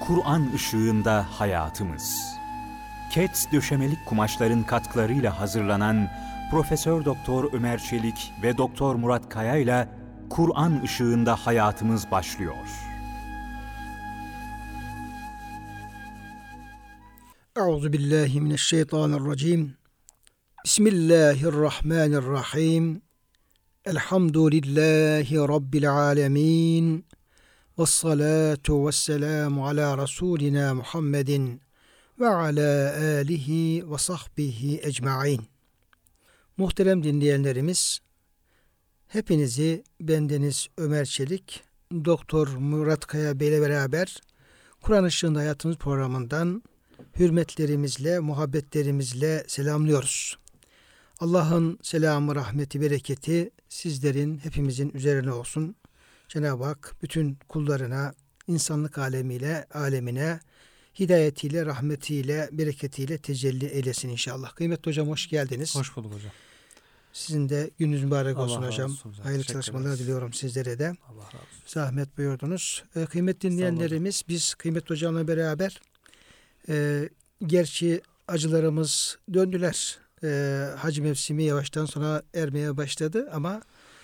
Kur'an ışığında hayatımız. Kets döşemelik kumaşların katkılarıyla hazırlanan Profesör Doktor Ömer Çelik ve Doktor Murat Kaya ile Kur'an ışığında hayatımız başlıyor. Euzubillahimineşşeytanirracim. Bismillahirrahmanirrahim. Elhamdülillahi Rabbil alemin. Vessalatu vesselamu ala Resulina Muhammedin ve ala alihi ve sahbihi ecmain. Muhterem dinleyenlerimiz, hepinizi bendeniz Ömer Çelik, Doktor Murat Kaya Bey ile beraber Kur'an Işığında Hayatımız programından hürmetlerimizle, muhabbetlerimizle selamlıyoruz. Allah'ın selamı, rahmeti, bereketi sizlerin, hepimizin üzerine olsun. Cenab-ı Hak bütün kullarına, insanlık alemine hidayetiyle, rahmetiyle, bereketiyle tecelli eylesin inşallah. Kıymetli hocam, hoş geldiniz. Hoş bulduk hocam. Sizin de gününüz mübarek olsun Allah hocam. Olsun hocam. Hayırlı çalışmalar diliyorum sizlere de. Allah razı olsun. Zahmet buyurdunuz. Kıymetli dinleyenlerimiz, biz kıymetli hocamla beraber gerçi acılarımız döndüler. Hac mevsimi yavaştan sonra ermeye başladı ama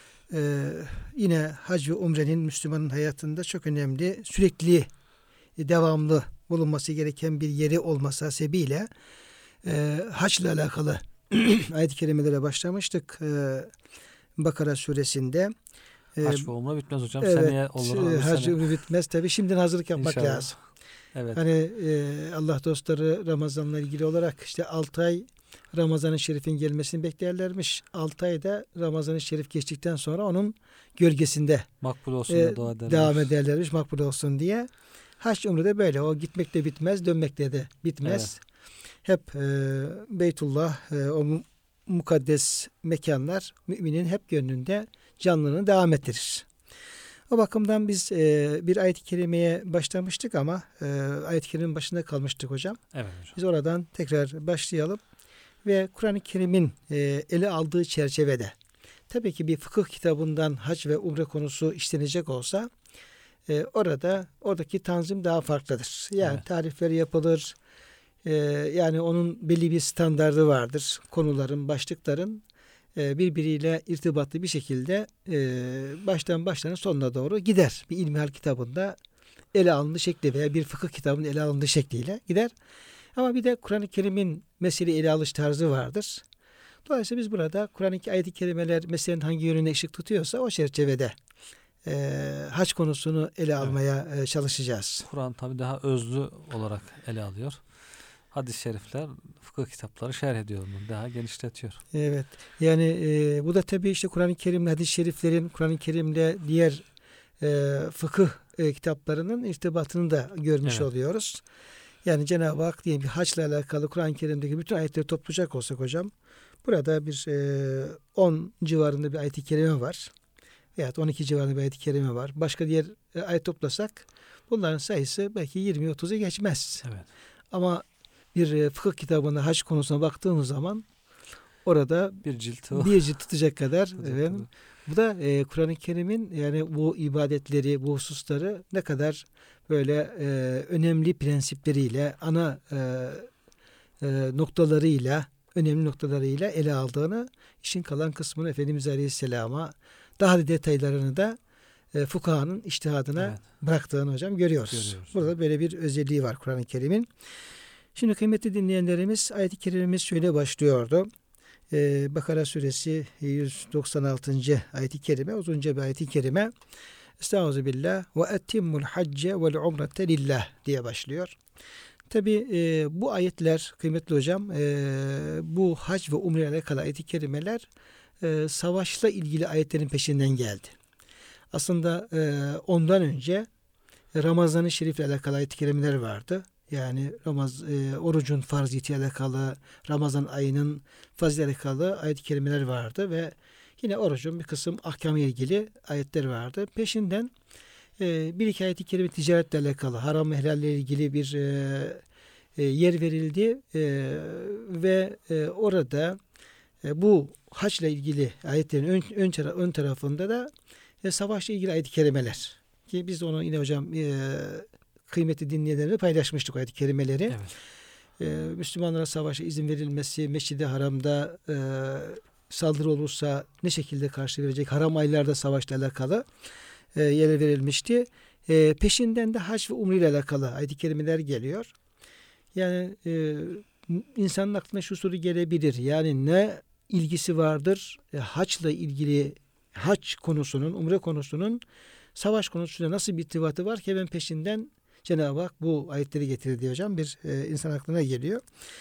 yine hac ve umrenin Müslümanın hayatında çok önemli, sürekli, devamlı bulunması gereken bir yeri olması hasebiyle haçla alakalı ayet-i kerimelere başlamıştık. Bakara suresinde. Hac ve umre bitmez hocam. Evet, seneye olur. hac ve umre bitmez. Tabii şimdiden hazırlık yapmak İnşallah lazım. Evet. Hani Allah dostları Ramazan'la ilgili olarak işte 6 ay Ramazan-ı Şerif'in gelmesini beklerlermiş. 6 ayda Ramazan-ı Şerif geçtikten sonra onun gölgesinde makbul olsun diye dua ederlermiş. Devam ederlermiş makbul olsun diye. Hac umrede böyle. O gitmekle bitmez, dönmekle de bitmez. Evet. Hep Beytullah, o mukaddes mekanlar müminin hep gönlünde canlılığını devam ettirir. O bakımdan biz bir ayet-i kerimeye başlamıştık ama ayet-i kerimenin başında kalmıştık hocam. Evet hocam. Biz oradan tekrar başlayalım ve Kur'an-ı Kerim'in ele aldığı çerçevede tabii ki bir fıkıh kitabından hac ve umre konusu işlenecek olsa oradaki tanzim daha farklıdır. Yani evet, tarifleri yapılır. Yani onun belli bir standardı vardır. Konuların, başlıkların birbiriyle irtibatlı bir şekilde baştan başlarına sonuna doğru gider. Bir ilmihal kitabında ele alındığı şekli veya bir fıkıh kitabının ele alındığı şekliyle gider. Ama bir de Kur'an-ı Kerim'in meseleyi ele alış tarzı vardır. Dolayısıyla biz burada Kur'an-ı ayet-i kerimeler meselenin hangi yönüne ışık tutuyorsa o çerçevede hac konusunu ele almaya çalışacağız. Kur'an tabii daha özlü olarak ele alıyor. Hadis-i şerifler, fıkıh kitapları şerh ediyor bunu. Daha genişletiyor. Evet. Yani bu da tabii işte Kur'an-ı Kerim'le hadis-i şeriflerin, Kur'an-ı Kerim'le diğer fıkıh kitaplarının irtibatını da görmüş oluyoruz. Yani Cenab-ı Hak diyelim ki haçla alakalı Kur'an-ı Kerim'deki bütün ayetleri toplayacak olsak hocam, burada bir 10 civarında bir ayet-i kerime var. Veyahut 12 civarında bir ayet-i kerime var. Başka diğer ayet toplasak bunların sayısı belki 20-30'u geçmez. Evet. Ama bir fıkıh kitabına hac konusuna baktığımız zaman orada bir cilt tutacak kadar. Bu da Kur'an-ı Kerim'in yani bu ibadetleri, bu hususları ne kadar böyle önemli prensipleriyle, ana noktalarıyla, önemli noktalarıyla ele aldığını, işin kalan kısmını Efendimiz Aleyhisselam'a, daha da detaylarını da fukahanın içtihadına bıraktığını hocam görüyoruz. Burada böyle bir özelliği var Kur'an-ı Kerim'in. Şimdi kıymetli dinleyenlerimiz, ayet-i kerimemiz şöyle başlıyordu. Bakara suresi 196. ayet-i kerime, uzunca bir ayet-i kerime. Estağfirullah ve etimmul hacce vel umrete lillah diye başlıyor. Tabi bu ayetler kıymetli hocam, bu hac ve umre ile alakalı ayet-i kerimeler savaşla ilgili ayetlerin peşinden geldi. Aslında ondan önce Ramazan-ı Şerif ile alakalı ayet-i kerimeler vardı. Yani orucun farziyetiyle alakalı, Ramazan ayının faziletle alakalı ayet-i kerimeler vardı ve yine orucun bir kısım ahkamı ile ilgili ayetler vardı. Peşinden bir iki ayet-i kerime ticaretle alakalı, haram ve helalle ilgili bir yer verildi ve orada bu haçla ilgili ayetlerin ön tarafında da savaşla ilgili ayet-i kerimeler ki biz onu yine hocam kıymetli dinleyenlerle paylaşmıştık ayet-i kerimeleri. Evet. Müslümanlara savaşa izin verilmesi, Mescid-i Haram'da saldırı olursa ne şekilde karşı verecek, haram aylarda savaşla alakalı yer verilmişti. Peşinden de hac ve umre ile alakalı ayet-i kerimeler geliyor. Yani insanın aklına şu soru gelebilir. Yani ne ilgisi vardır haçla ilgili, hac konusunun, umre konusunun savaş konusuyla nasıl bir irtibatı var ki hemen peşinden Cenab-ı Hak bu ayetleri getirdi diye hocam bir insan aklına geliyor.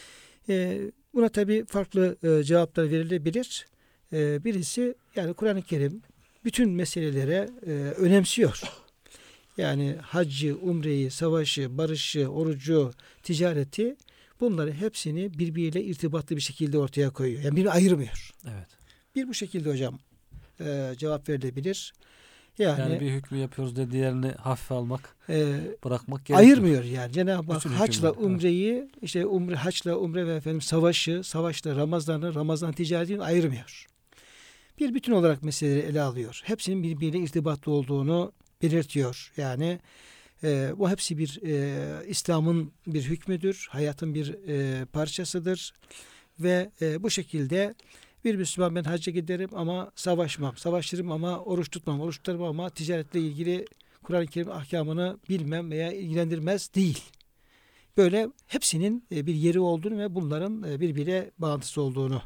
Buna tabii farklı cevaplar verilebilir. Birisi yani Kur'an-ı Kerim bütün meselelere önemsiyor. Yani haccı, umreyi, savaşı, barışı, orucu, ticareti, bunları hepsini birbiriyle irtibatlı bir şekilde ortaya koyuyor. Yani birini ayırmıyor. Evet. Bir bu şekilde hocam cevap verilebilir. Yani bir hükmü yapıyoruz da diğerini hafife almak, bırakmak gerekiyor. Ayırmıyor yani. Cenab-ı Hak bütün haçla hükümler, umreyi, işte haçla umre ve savaşı, savaşla Ramazan'ı, Ramazan ticaretini ayırmıyor. Bir bütün olarak meseleleri ele alıyor. Hepsinin birbiriyle irtibatlı olduğunu belirtiyor. Yani bu hepsi bir İslam'ın bir hükmüdür, hayatın bir parçasıdır ve bu şekilde bir Müslüman ben hacca giderim ama savaşmam, savaşırım ama oruç tutmam, oruç tutarım ama ticaretle ilgili Kur'an-ı Kerim ahkamını bilmem veya ilgilendirmez değil. Böyle hepsinin bir yeri olduğunu ve bunların birbiriyle bağıntısı olduğunu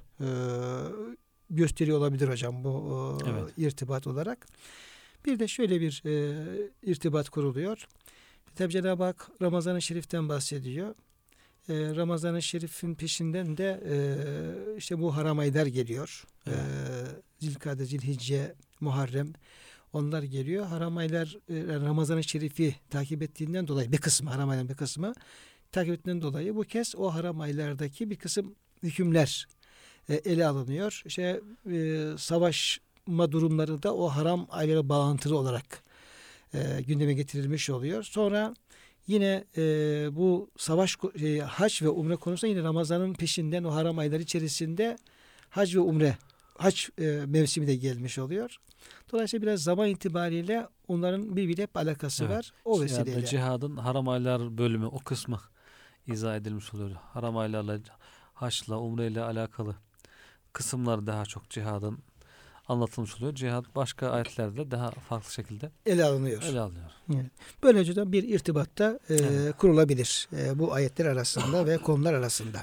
gösteriyor olabilir hocam bu irtibat olarak. Bir de şöyle bir irtibat kuruluyor. Tabi Cenab-ı Hak Ramazan-ı Şerif'ten bahsediyor. Ramazan-ı Şerif'in peşinden de işte bu haram aylar geliyor. Evet. Zilkade, Zilhicce, Muharrem, onlar geliyor. Haram aylar Ramazan-ı Şerif'i takip ettiğinden dolayı bir kısmı, haram ayların bir kısmı takip ettiğinden dolayı bu kez o haram aylardaki bir kısım hükümler ele alınıyor. İşte savaşma durumları da o haram aylara bağlantılı olarak gündeme getirilmiş oluyor. Sonra yine bu hac ve umre konusunda yine Ramazan'ın peşinden o haram ayları içerisinde hac ve umre, hac mevsimi de gelmiş oluyor. Dolayısıyla biraz zaman itibariyle onların birbiriyle hep alakası var. O vesileyle. Yani cihadın haram aylar bölümü, o kısmı izah edilmiş oluyor. Haram aylarla, haçla, umreyle alakalı kısımlar daha çok cihadın anlatılmış oluyor. Cihad başka ayetlerde daha farklı şekilde ele alınıyor. Evet. Böylece de bir irtibatta kurulabilir bu ayetler arasında ve konular arasında.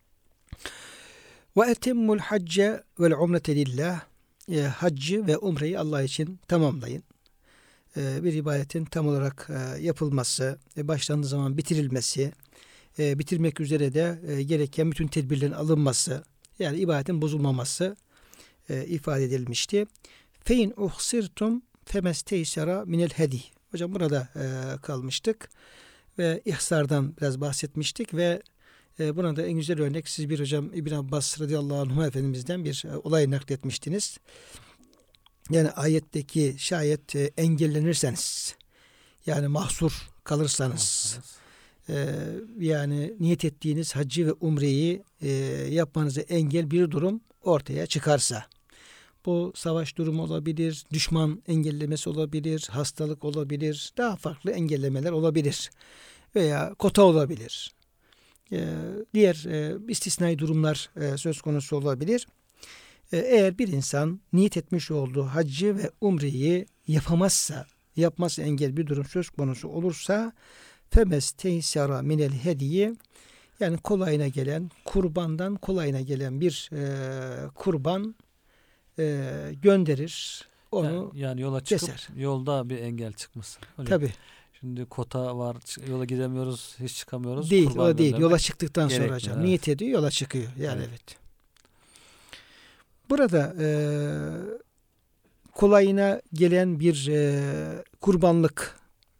Ve etimmul hacce vel umrete lillah. Haccı ve umreyi Allah için tamamlayın. Bir ibadetin tam olarak yapılması, başlandığı zaman bitirilmesi, bitirmek üzere de gereken bütün tedbirlerin alınması, yani ibadetin bozulmaması ifade edilmişti. Fein uhsirtum femesteysara minel hedi. Hocam burada kalmıştık ve ihsardan biraz bahsetmiştik ve buna da en güzel örnek siz bir hocam İbn Abbas radıyallahu anh efendimizden bir olay nakletmiştiniz. Yani ayetteki şayet engellenirseniz, yani mahsur kalırsanız, yani niyet ettiğiniz haccı ve umreyi yapmanıza engel bir durum ortaya çıkarsa, bu savaş durumu olabilir, düşman engellemesi olabilir, hastalık olabilir, daha farklı engellemeler olabilir veya kota olabilir. Diğer istisnai durumlar söz konusu olabilir. Eğer bir insan niyet etmiş olduğu haccı ve umreyi yapmazsa engel bir durum söz konusu olursa femesteysara minel hediye, yani kolayına gelen, kurbandan kolayına gelen bir kurban gönderir. Onu yani yola çıkıp keser. Yolda bir engel çıkmasın. Tabii. Şimdi kota var, yola gidemiyoruz, hiç çıkamıyoruz. Değil, o değil. Yola çıktıktan sonra hocam. Evet. Niyet ediyor, yola çıkıyor. Yani evet. Burada kolayına gelen bir kurbanlık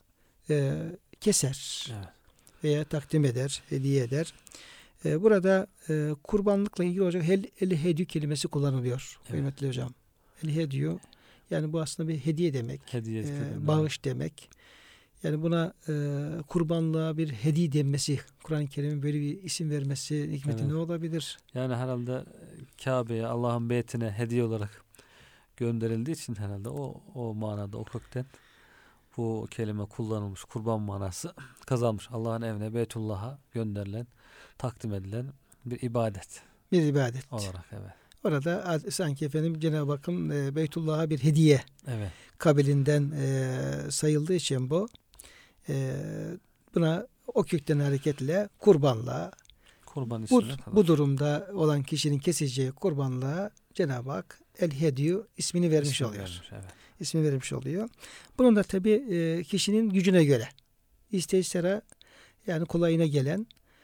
keser. Evet. Veya takdim eder, hediye eder. Burada kurbanlıkla ilgili olacak el-hedyu kelimesi kullanılıyor. Evet. Kıymetli hocam. El-hedyu, yani bu aslında bir hediye demek. Hediye bağış demek. Yani buna kurbanlığa bir hediye denmesi, Kur'an-ı Kerim'in böyle bir isim vermesi hikmeti ne olabilir? Yani herhalde Kabe'ye, Allah'ın beytine hediye olarak gönderildiği için herhalde o manada, o kökten bu kelime kullanılmış, kurban manası kazanmış. Allah'ın evine, Beytullah'a gönderilen, takdim edilen bir ibadet. Bir ibadet. Olarak evet. Orada sanki efendim Cenab-ı Hakk'ın Beytullah'a bir hediye Evet. kabilinden sayıldığı için bu. Buna o kökten hareketle kurbanlığa, Kurban bu ismine kadar. durumda olan kişinin keseceği kurbanlığa Cenab-ı Hak El Hediyü ismini vermiş İsmi oluyor. vermiş, evet. İsmi vermiş oluyor. Bunun da tabi kişinin gücüne göre isteysera, yani kolayına gelen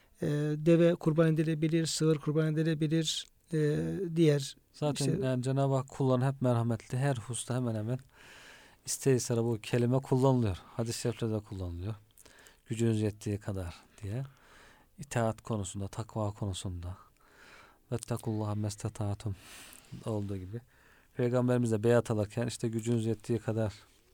deve kurban edilebilir, sığır kurban edilebilir, diğer Zaten işte, yani Cenab-ı Hak kullarına hep merhametli. Her hususta hemen hemen isteği bu kelime kullanılıyor. Hadis-i şeriflerde kullanılıyor. Gücünüz yettiği kadar diye. İtaat konusunda, takva konusunda. Vettekullaha mesteta'tum olduğu gibi. Peygamberimiz de beyat alırken işte gücünüz yettiği kadar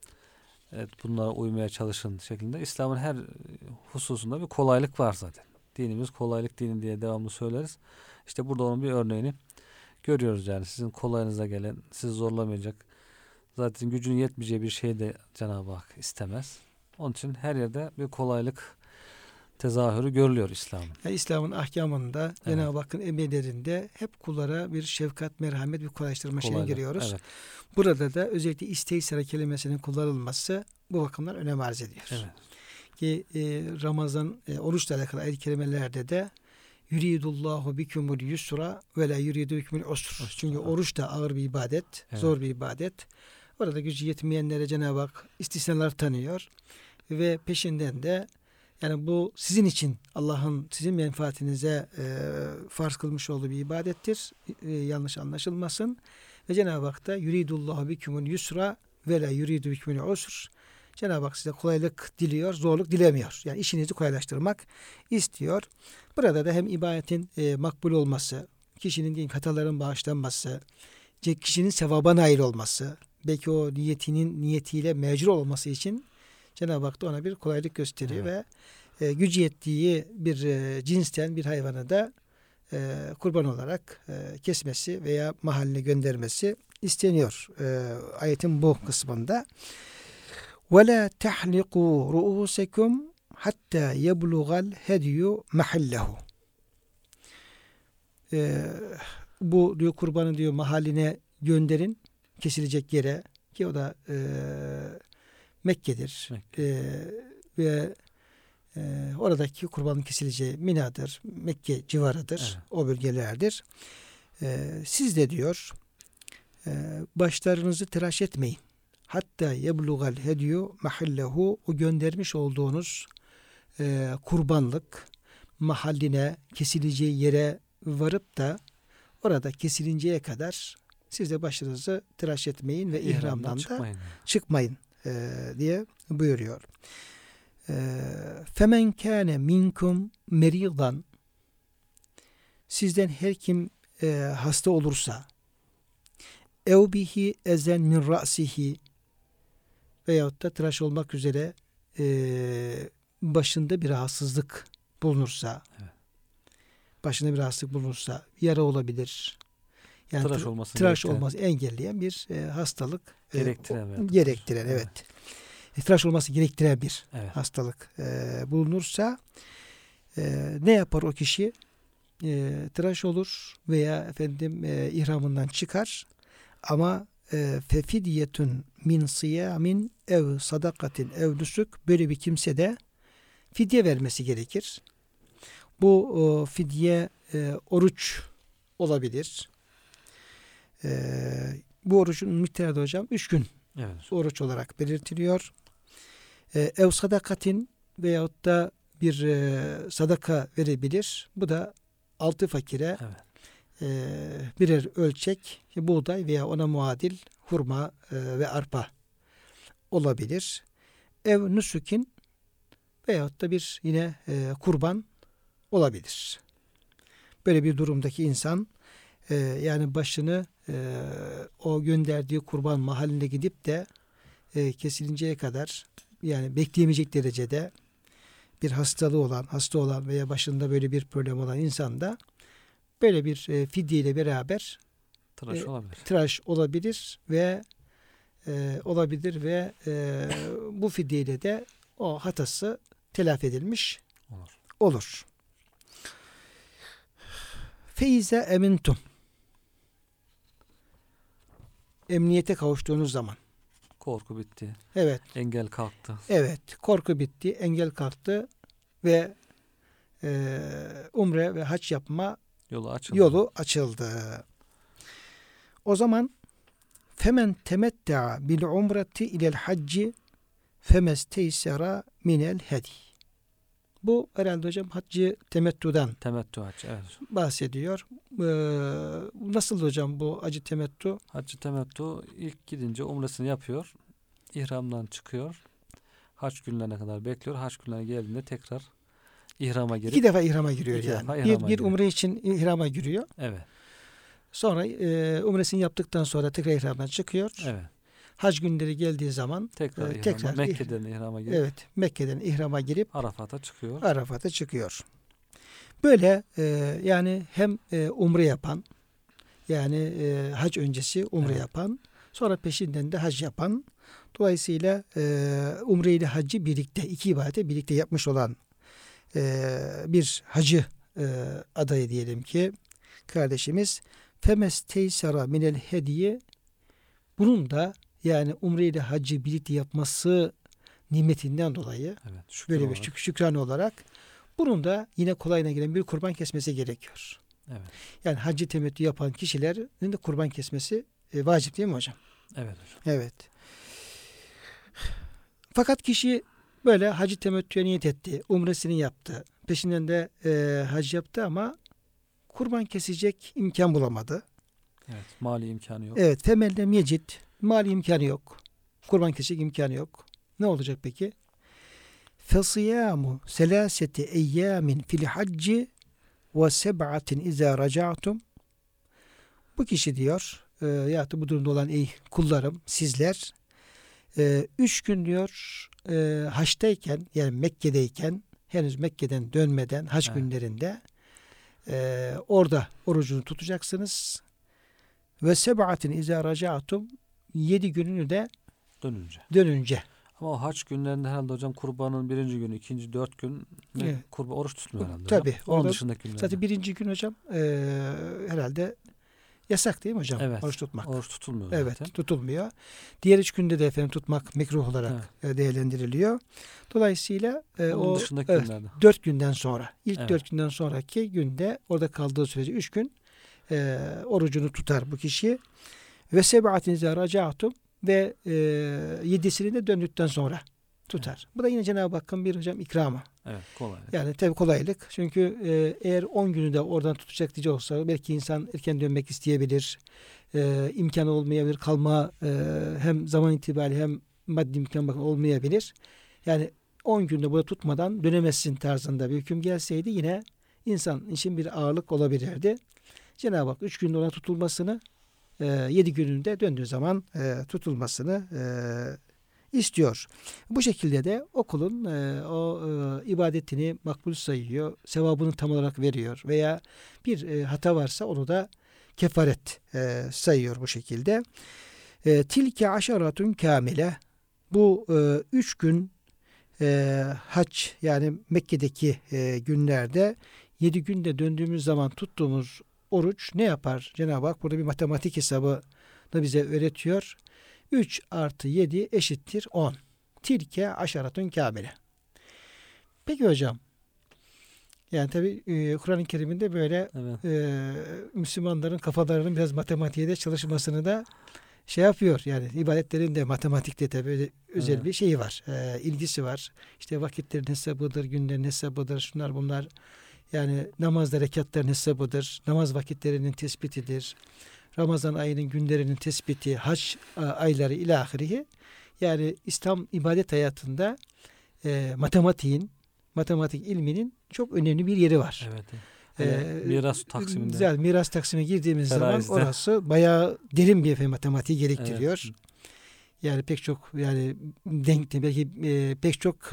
bunlara uymaya çalışın şeklinde. İslam'ın her hususunda bir kolaylık var zaten. Dinimiz kolaylık dini diye devamlı söyleriz. İşte burada onun bir örneğini görüyoruz yani. Sizin kolayınıza gelen, sizi zorlamayacak, zaten gücün yetmeyeceği bir şey de Cenab-ı Hak istemez. Onun için her yerde bir kolaylık tezahürü görülüyor İslam'ın. Yani İslam'ın ahkamında, evet, Cenab-ı Hakk'ın emirlerinde hep kullara bir şefkat, merhamet, bir kolaylaştırma şeyini görüyoruz. Evet. Burada da özellikle isteysera kelimesinin kullanılması bu bakımdan önem arz ediyor. Evet. Ki Ramazan oruçla alakalı ayet-i kerimelerde de yuridullahu bikumul yusra ve la yuridu bikumul usr. Çünkü oruç da ağır bir ibadet, evet, zor bir ibadet. Orada gücü yetmeyenlere Cenab-ı Hak istisnalar tanıyor ve peşinden de yani bu sizin için Allah'ın sizin menfaatinize farz kılmış olduğu bir ibadettir. Yanlış anlaşılmasın. Ve Cenab-ı Hak da yuridullahu bikumul yusra ve la yuridu bikumul usr. Cenab-ı Hak size kolaylık diliyor, zorluk dilemiyor. Yani işinizi kolaylaştırmak istiyor. Burada da hem ibadetin makbul olması, kişinin diyelim hataların bağışlanması, kişinin sevaba nail olması, belki o niyetiyle mecbur olması için Cenab-ı Hak da ona bir kolaylık gösteriyor, evet, ve gücü yettiği bir cinsten bir hayvanı da kurban olarak kesmesi veya mahalline göndermesi isteniyor. Ayetin bu kısmında. وَلَا تَحْلِقُوا رُؤُوسَكُمْ حَتَّى يَبْلُغَ الْهَدْيُ مَحِلَّهُ. Bu diyor kurbanı diyor mahalline gönderin, kesilecek yere, ki o da Mekke'dir. Ve oradaki kurbanın kesileceği Mina'dır, Mekke civarıdır, evet, o bölgelerdir. Siz de diyor başlarınızı tıraş etmeyin. Hatta yeblugal hedyu mahallehu, o göndermiş olduğunuz kurbanlık mahalline, kesileceği yere varıp da orada kesilinceye kadar siz de başınızı tıraş etmeyin ve ihramdan da çıkmayın diye buyuruyor. Femen kâne minkum meridan, sizden her kim hasta olursa, ev bihi ezen min ra'sihi, veyahut da tıraş olmak üzere başında bir rahatsızlık bulunursa, evet, başında bir rahatsızlık bulunursa, yara olabilir. Yani tıraş olması engelleyen bir hastalık gerektiren, evet. Tıraş olması gerektiren bir, evet, hastalık bulunursa ne yapar o kişi? Tıraş olur veya efendim ihramından çıkar, ama fefidyetun min siyamin ev sadakatin ev nusuk, böyle bir kimse de fidye vermesi gerekir. Bu fidye oruç olabilir. Bu orucun miktarı da hocam 3 gün, evet, oruç olarak belirtiliyor. Ev sadakatin veyahut da bir sadaka verebilir. Bu da 6 fakire, evet, birer ölçek buğday veya ona muadil hurma ve arpa olabilir. Ev nusukin veyahut da bir yine kurban olabilir. Böyle bir durumdaki insan yani başını o gönderdiği kurban mahalline gidip de kesilinceye kadar, yani bekleyemeyecek derecede bir hasta olan veya başında böyle bir problem olan insan da böyle bir fidye ile beraber tıraş olabilir ve olabilir ve bu fidyeyle de o hatası telafi edilmiş olur. Feize emintum, emniyete kavuştuğunuz zaman, korku bitti. Evet. Engel kalktı. Evet. Korku bitti. Engel kalktı ve umre ve hac yapma yolu açıldı. O zaman femen temettea bil umreti ilel hacci femesteysera minel hedi. Bu herhalde hocam haccı temettudan haccı, evet. bahsediyor. Nasıl hocam bu haccı temettu? Haccı temettu ilk gidince umresini yapıyor. İhramdan çıkıyor. Hac günlerine kadar bekliyor. Hac günlerine geldiğinde tekrar ihrama girip 2 defa ihrama giriyor iki yani. defa ihrama Bir giriyor. umre için ihrama giriyor. Evet. Sonra umresini yaptıktan sonra tekrar ihramdan çıkıyor. Evet. Hac günleri geldiği zaman tekrar Mekke'den ihrama girip Mekke'den ihrama girip Arafat'a çıkıyor. Böyle yani hem umre yapan, yani hac öncesi umre yapan, sonra peşinden de hac yapan, dolayısıyla umre ile haccı birlikte, 2 ibadeti birlikte yapmış olan bir hacı adayı diyelim ki kardeşimiz femesteysera minel hediye, bunun da yani umre ile haccı birlikte yapması nimetinden dolayı böyle bir şükran olarak bunun da yine kolayına gelen bir kurban kesmesi gerekiyor. Evet. Yani haccı temettü yapan kişilerin de kurban kesmesi vacip değil mi hocam? Evet hocam. Evet. Fakat kişi böyle haccı temettüye niyet etti, umresini yaptı, peşinden de hac yaptı ama kurban kesecek imkan bulamadı. Evet, mali imkanı yok. Evet, femellem yecid, mali imkanı yok. Kurban kesecek imkanı yok. Ne olacak peki? Fesiyamu selaseti eyyamin fil hacci ve seb'atin izâ raca'tum. Bu kişi diyor, ya da bu durumda olan ey kullarım, sizler 3 gün diyor haçtayken, yani Mekke'deyken, henüz Mekke'den dönmeden haç günlerinde orada orucunu tutacaksınız. Ve seb'atin izâ raca'tum, 7 gününü de dönünce. Ama o haç günlerinde herhalde hocam kurbanın 1. günü, 2. 4 gün kurban oruç tutmuyor herhalde. Tabii. Onun dışındaki günlerde. Zaten 1. gün hocam herhalde yasak değil mi hocam? Evet. Oruç tutmak. Oruç tutulmuyor Evet, zaten. tutulmuyor. Diğer 3 günde de efendim tutmak mekruh olarak değerlendiriliyor. Dolayısıyla onun dışındaki günlerde. 4 günden sonra, ilk 4 günden sonraki günde orada kaldığı sürece 3 gün orucunu tutar bu kişi. Ve seb'atin izâ raca'tum, ve 7'sini de döndükten sonra tutar. Evet. Bu da yine Cenab-ı Hakk'ın bir hocam ikramı. Evet, kolaylık. Yani tabii kolaylık. Çünkü eğer 10 günü de oradan tutacak diyecek olsa belki insan erken dönmek isteyebilir. İmkanı olmayabilir. Kalma hem zaman itibariyle hem maddi imkan olmayabilir. Yani 10 günde burada tutmadan dönemezsin tarzında bir hüküm gelseydi yine insan için bir ağırlık olabilirdi. Cenab-ı Hak 3 günde ona tutulmasını, 7 gününde döndüğü zaman tutulmasını istiyor. Bu şekilde de o kulun o ibadetini makbul sayıyor, sevabını tam olarak veriyor veya bir hata varsa onu da kefaret sayıyor bu şekilde. Tilke aşaratun kamile, bu 3 gün hac, yani Mekke'deki günlerde 7 günde döndüğümüz zaman tuttuğumuz oruç ne yapar? Cenab-ı Hak burada bir matematik hesabı da bize öğretiyor. 3 artı 7 eşittir 10. Tilke aşaratun kamile. Peki hocam, yani tabi Kur'an-ı Kerim'inde böyle Müslümanların kafalarının biraz matematiğe de çalışmasını da şey yapıyor. Yani ibadetlerin de matematikte tabi özel bir şeyi var. İlgisi var. İşte vakitlerin hesabıdır, günlerin hesabıdır, şunlar bunlar. Yani namazda rekatların hesabıdır, namaz vakitlerinin tespitidir, Ramazan ayının günlerinin tespiti, hac ayları ilahirihi. Yani İslam ibadet hayatında matematik ilminin çok önemli bir yeri var. Evet. Miras taksiminde. Güzel, miras taksimine girdiğimiz zaman orası bayağı derin bir matematiği gerektiriyor. Evet. Yani pek çok denkli, belki pek çok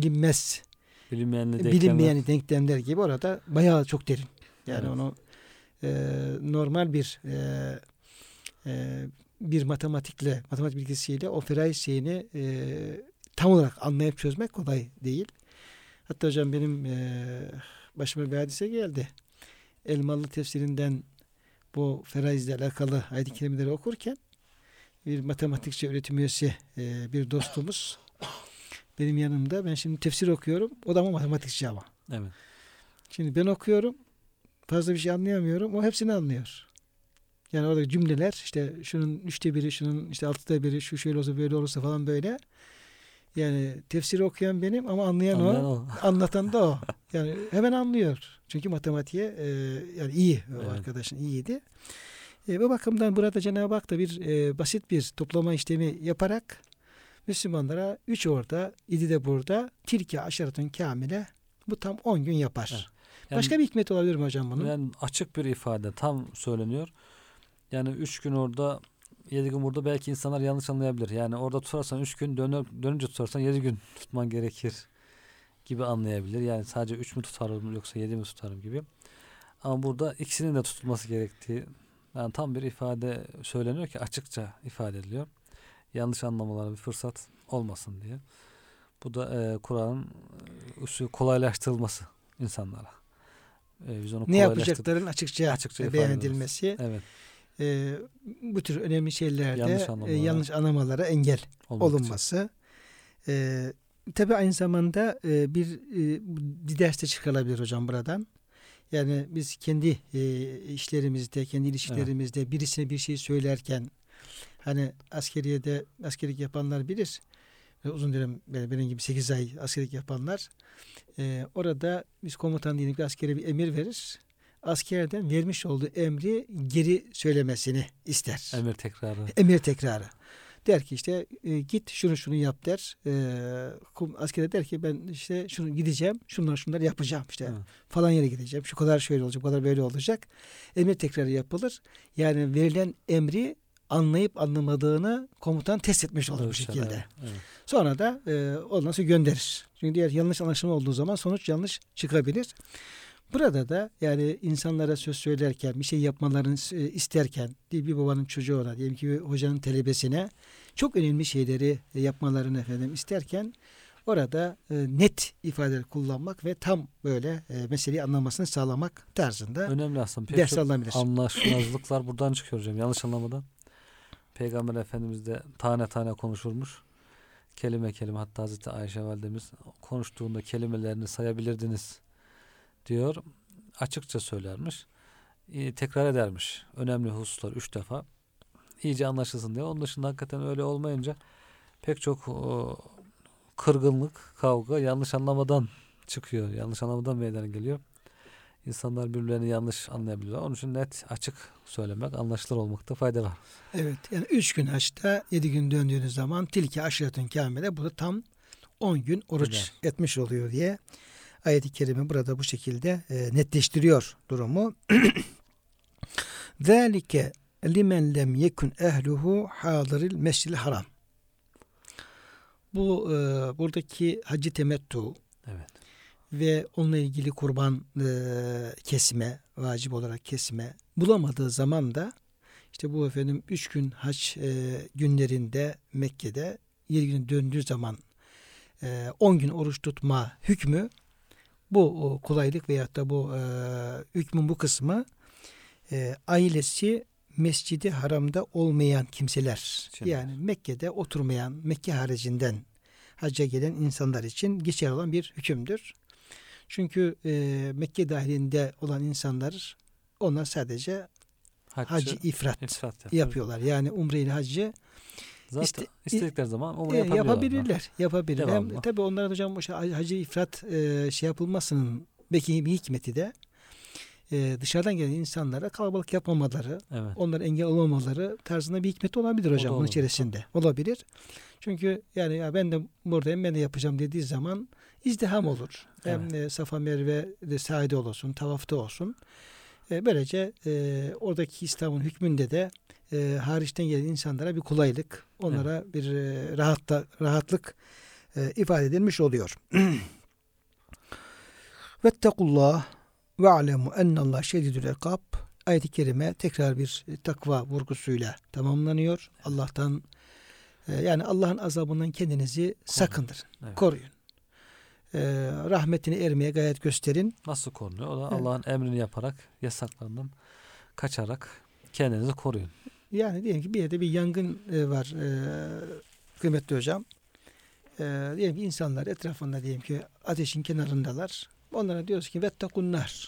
bilinmeyen denklemler gibi orada bayağı çok derin. Yani onu normal bir bir matematik bilgisiyle o feraiz şeyini tam olarak anlayıp çözmek kolay değil. Hatta hocam benim başıma bir hadise geldi. Elmalı tefsirinden bu feraizle alakalı ayet-i kerimeleri okurken bir matematikçi, öğretim üyesi bir dostumuz benim yanımda. Ben şimdi tefsir okuyorum. O da ama matematikçi ama. Evet. Şimdi ben okuyorum. Fazla bir şey anlayamıyorum. O hepsini anlıyor. Yani orada cümleler işte şunun 1/3, şunun işte 1/6, şu şöyle olsa böyle olursa falan böyle. Yani tefsiri okuyan benim ama anlayan o. Anlatan da o. Yani hemen anlıyor. Çünkü matematiğe yani iyi. O arkadaşın iyiydi. Bu bakımdan burada Cenab-ı Hak da bir basit bir toplama işlemi yaparak Müslümanlara 3 orada, 7 de burada, tilke aşaretün kamile, bu tam 10 gün yapar. Evet. Yani, başka bir hikmet olabilir mi hocam bunun? Yani açık bir ifade tam söyleniyor. Yani 3 gün orada, 7 gün burada, belki insanlar yanlış anlayabilir. Yani orada tutarsan 3 gün, dönünce tutarsan 7 gün tutman gerekir gibi anlayabilir. Yani sadece 3 mü tutarım yoksa 7 mi tutarım gibi. Ama burada ikisinin de tutulması gerektiği, yani tam bir ifade söyleniyor ki açıkça ifade ediliyor. Yanlış anlamalara bir fırsat olmasın diye. Bu da Kur'an'ın kolaylaştırılması insanlara. Biz onu ne yapacakların açıkça beyan edilmesi. Evet. Bu tür önemli şeylerde yanlış anlamalara engel olunması. Tabii aynı zamanda bir derste çıkarılabilir hocam buradan. Yani biz kendi işlerimizde, kendi ilişkilerimizde birisine bir şey söylerken, hani askerlik yapanlar bilir. Uzun dönem benim gibi 8 ay askerlik yapanlar. Orada biz komutan diyelim ki askere bir emir verir. Askerden vermiş olduğu emri geri söylemesini ister. Emir tekrarı. Der ki işte git şunu yap der. Askere der ki ben işte şunu gideceğim, şunları yapacağım işte. Falan yere gideceğim. Şu kadar şöyle olacak, bu kadar böyle olacak. Emir tekrarı yapılır. Yani verilen emri anlayıp anlamadığını komutan test etmiş olur bu şekilde. Evet. Sonra da ondan sonra gönderir. Çünkü diğer yanlış anlaşılma olduğu zaman sonuç yanlış çıkabilir. Burada da yani insanlara söz söylerken, bir şey yapmalarını isterken, bir babanın çocuğuna, diyelim ki bir hocanın talebesine çok önemli şeyleri yapmalarını isterken orada net ifadeler kullanmak ve tam böyle meseleyi anlamasını sağlamak tarzında önemli aslında. Ders alınabilir. Anlaşmazlıklar buradan çıkıyor hocam. Yanlış anlamadan. Peygamber Efendimiz de tane tane konuşurmuş. Kelime kelime, hatta Hazreti Ayşe validemiz konuştuğunda kelimelerini sayabilirdiniz diyor. Açıkça söylermiş. Tekrar edermiş. Önemli hususlar 3 defa. İyice anlaşılsın diye. Onun dışında hakikaten öyle olmayınca pek çok kırgınlık, kavga yanlış anlamadan çıkıyor. Yanlış anlamadan meydana geliyor. İnsanlar birbirlerini yanlış anlayabiliyor. Onun için net, açık söylemek, anlaşılır olmakta fayda var. Evet. Yani 3 gün haçta 7 gün döndüğünüz zaman tilki aşiretün kâmile, bu da tam 10 gün oruç etmiş oluyor diye ayet-i kerime burada bu şekilde netleştiriyor durumu. Zâlike limen lem yekun ehluhu hâzıril mescid-i haram. Bu buradaki hacı temettu ve onunla ilgili kurban kesme, vacip olarak kesme bulamadığı zaman da işte bu 3 gün hac günlerinde Mekke'de 7 gün döndüğü zaman 10 gün oruç tutma hükmü, bu kolaylık veyahut da bu hükmün bu kısmı ailesi Mescid-i Haram'da olmayan kimseler, yani Mekke'de oturmayan, Mekke haricinden hacca gelen insanlar için geçerli olan bir hükümdür. Çünkü Mekke dahilinde olan insanlar, onlar sadece hacı ifrat yapıyorlar. Yani umre ile hacı zaten istedikleri zaman umre yapabilirler. Tabii onlara hocam hacı ifrat yapılmasının belki bir hikmeti de dışarıdan gelen insanlara kalabalık yapmamaları, onlara engel olmamaları tarzında bir hikmeti olabilir hocam bunun içerisinde. Olabilir. Çünkü yani ya ben de buradayım, ben de yapacağım dediği zaman izdiham olur. Hem Safa Merve'de sahide olsun, tavafta olsun. Böylece oradaki İslam'ın hükmünde de hariçten gelen insanlara bir kolaylık, onlara bir rahatlık ifade edilmiş oluyor. Vettekullah ve alemu ennallah şedidül ikab. ayet-i kerime tekrar bir takva vurgusuyla tamamlanıyor. Allah'tan yani Allah'ın azabından kendinizi sakındırın. Evet. Koruyun. Rahmetine ermeye gayret gösterin. Nasıl korunuyor? O da Allah'ın emrini yaparak, yasaklarından kaçarak kendinizi koruyun. Yani diyelim ki bir yerde bir yangın var kıymetli hocam. Diyelim ki insanlar etrafında diyelim ki ateşin kenarındalar. Onlara diyoruz ki vettekunnar.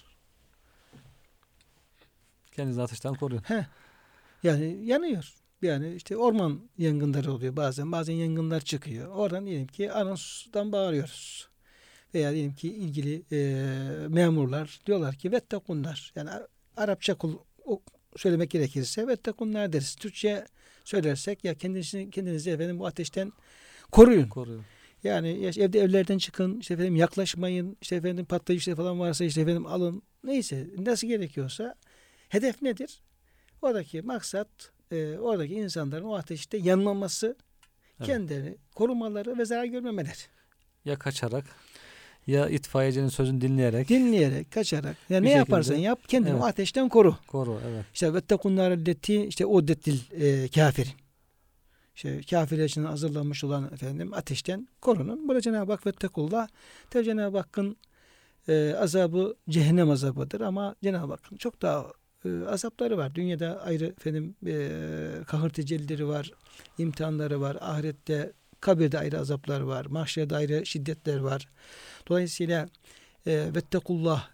Kendinizi ateşten koruyun. Yani yanıyor. Yani işte orman yangınları oluyor bazen. Bazen yangınlar çıkıyor. Oradan diyelim ki anonsdan bağırıyoruz. Veya diyelim ki ilgili memurlar diyorlar ki vettekunnar. Yani Arapça söylemek gerekirse vettekunnar deriz. Türkçe söylersek ya kendinizi efendim bu ateşten koruyun. Yani evlerden çıkın, işte efendim yaklaşmayın, işte efendim patlayıcı şey falan varsa işte efendim alın. Neyse nasıl gerekiyorsa hedef nedir? Oradaki maksat oradaki insanların o ateşte yanmaması, kendilerini korumaları ve zarar görmemeleri. Ya kaçarak ya itfaiyecinin sözünü dinleyerek, kaçarak. Yani ne yaparsan yap kendini o ateşten koru. Evet. İşte vettekunnare'lleti işte o dettil kafirin. İşte kafirler için hazırlanmış olan efendim ateşten korunun. Burada Cenab-ı Hak vettekullah. Tabi Cenab-ı Hakk'ın azabı cehennem azabıdır ama Cenab-ı Hakk'ın çok daha azapları var. Dünyada ayrı efendim kahır tecellileri var, imtihanları var. Ahirette, kabirde ayrı azaplar var. Mahşerde ayrı şiddetler var. Dolayısıyla vettekullah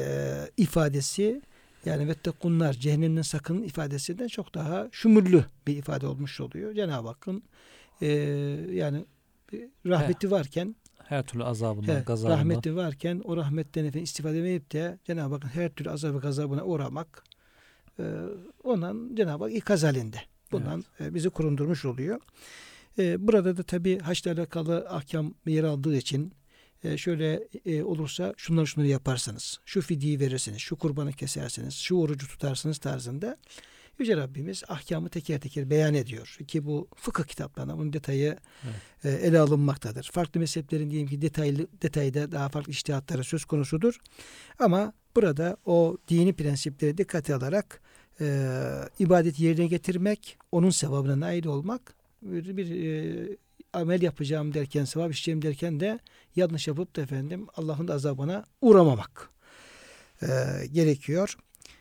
ifadesi yani vettekunnar cehennemden sakının ifadesinden çok daha şumurlu bir ifade olmuş oluyor. Cenab-ı Hakk'ın yani rahmeti varken her türlü azabından, gazabından rahmeti varken o rahmetten efendim istifade edip de Cenab-ı Hakk'ın her türlü azabı gazabına uğramak ondan Cenab-ı Hak ikaz halinde. Bundan bizi korundurmuş oluyor. Burada da tabi haçla alakalı ahkam yer aldığı için şöyle olursa şunları yaparsanız, şu fidyeyi verirsiniz, şu kurbanı kesersiniz, şu orucu tutarsınız tarzında Yüce Rabbimiz ahkamı teker teker beyan ediyor. Ki bu fıkıh kitaplarında bunun detayı ele alınmaktadır. Farklı mezheplerin diyelim ki detayda daha farklı içtihatları söz konusudur. Ama burada o dini prensipleri dikkate alarak ibadeti yerine getirmek, onun sevabına nail olmak, bir amel yapacağım derken, sevap işleyeceğim derken de yanlış yapıp da efendim Allah'ın da azabına uğramamak gerekiyor.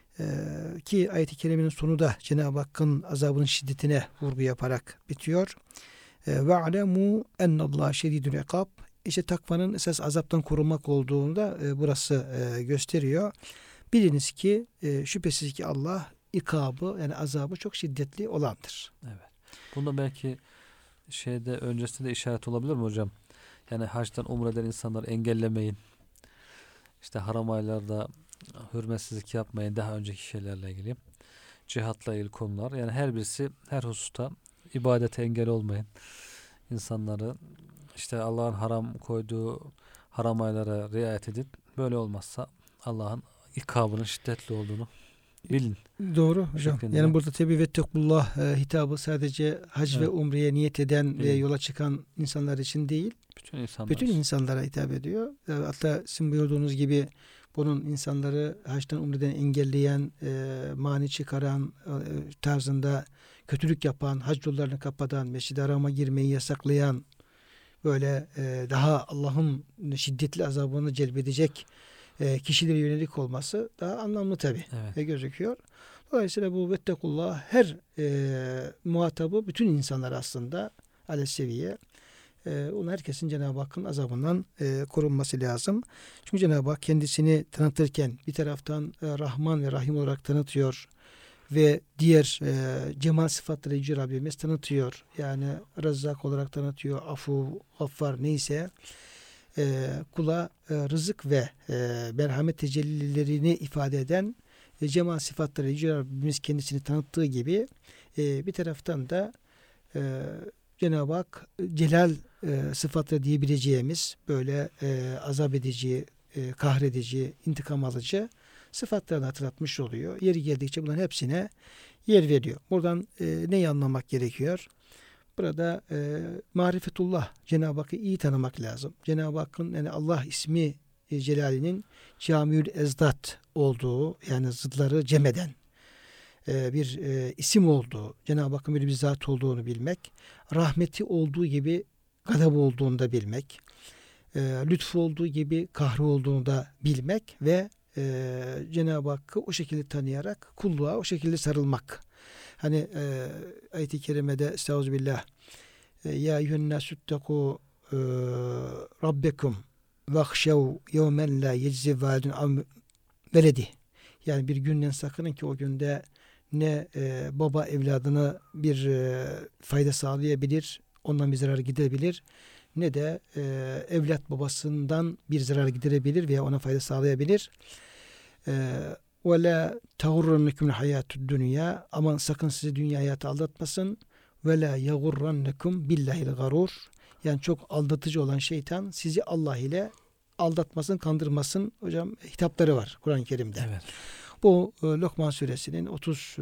Ki ayet-i kerimenin sonu da Cenab-ı Hakk'ın azabının şiddetine vurgu yaparak bitiyor. Ve alemu ennallâhe şedîdül ikâb. İşte takvanın esas azaptan korunmak olduğunu da burası gösteriyor. Biliniz ki şüphesiz ki Allah ikabı yani azabı çok şiddetli olandır. Evet. Bunda belki öncesinde işaret olabilir mi hocam? Yani haçtan umreden insanları engellemeyin. İşte haram aylarda hürmetsizlik yapmayın, daha önceki şeylerle ilgili. Cihatla ilgili konular. Yani her birisi her hususta ibadete engel olmayın. İnsanları işte Allah'ın haram koyduğu haram aylara riayet edin. Böyle olmazsa Allah'ın ikabının şiddetli olduğunu bilin. Doğru hocam. Yani burada tabi vettekullah hitabı sadece hac ve umreye niyet eden ve yola çıkan insanlar için değil. Bütün insanlara hitap ediyor. Hatta sizin buyurduğunuz gibi bunun insanları hacdan umreden engelleyen, mani çıkaran tarzında kötülük yapan, hac yollarını kapatan, Mescid-i Haram'a girmeyi yasaklayan, böyle daha Allah'ın şiddetli azabını celbedecek kişilere yönelik olması daha anlamlı tabi gözüküyor. Dolayısıyla bu vettekullah her muhatabı bütün insanlar aslında aleyhisseviye. Onu herkesin Cenab-ı Hakk'ın azabından korunması lazım. Çünkü Cenab-ı Hak kendisini tanıtırken bir taraftan Rahman ve Rahim olarak tanıtıyor ve diğer cemal sıfatları Yüce Rabbimiz tanıtıyor. Yani Rezzak olarak tanıtıyor, Afu, Gaffar neyse kula rızık ve merhamet tecellilerini ifade eden cemal sıfatları Yüce Rabbimiz kendisini tanıttığı gibi bir taraftan da Cenab-ı Hak celal sıfatları diyebileceğimiz böyle azap edici, kahredici, intikam alıcı sıfatlarını hatırlatmış oluyor. Yeri geldikçe bunların hepsine yer veriyor. Buradan neyi anlamak gerekiyor? Burada marifetullah, Cenab-ı Hakk'ı iyi tanımak lazım. Cenab-ı Hakk'ın yani Allah ismi celalinin camiül ezdat olduğu yani zıtları cem eden, bir isim olduğu, Cenab-ı Hakk'ın böyle bir zat olduğunu bilmek, rahmeti olduğu gibi gadabı olduğunu da bilmek, lütfu olduğu gibi kahrı olduğunu da bilmek ve Cenab-ı Hakk'ı o şekilde tanıyarak kulluğa o şekilde sarılmak. Hani ayet-i kerimede estağfirullah ya eyyühennâsüttekû rabbekum vahşev yevmen la yeczi validun an veledi. Yani bir günden sakının ki o günde ne baba evladına bir fayda sağlayabilir, ondan bir zarar gidebilir, ne de evlat babasından bir zarar giderebilir veya ona fayda sağlayabilir. Ve la tağurrannekumul hayatud dünya, aman sakın sizi dünya hayatı aldatmasın. Ve la yagurrannekum billahil garur, yani çok aldatıcı olan şeytan sizi Allah ile aldatmasın, kandırmasın. Hocam hitapları var Kur'an-ı Kerim'de. Evet. Bu Lokman suresinin 33.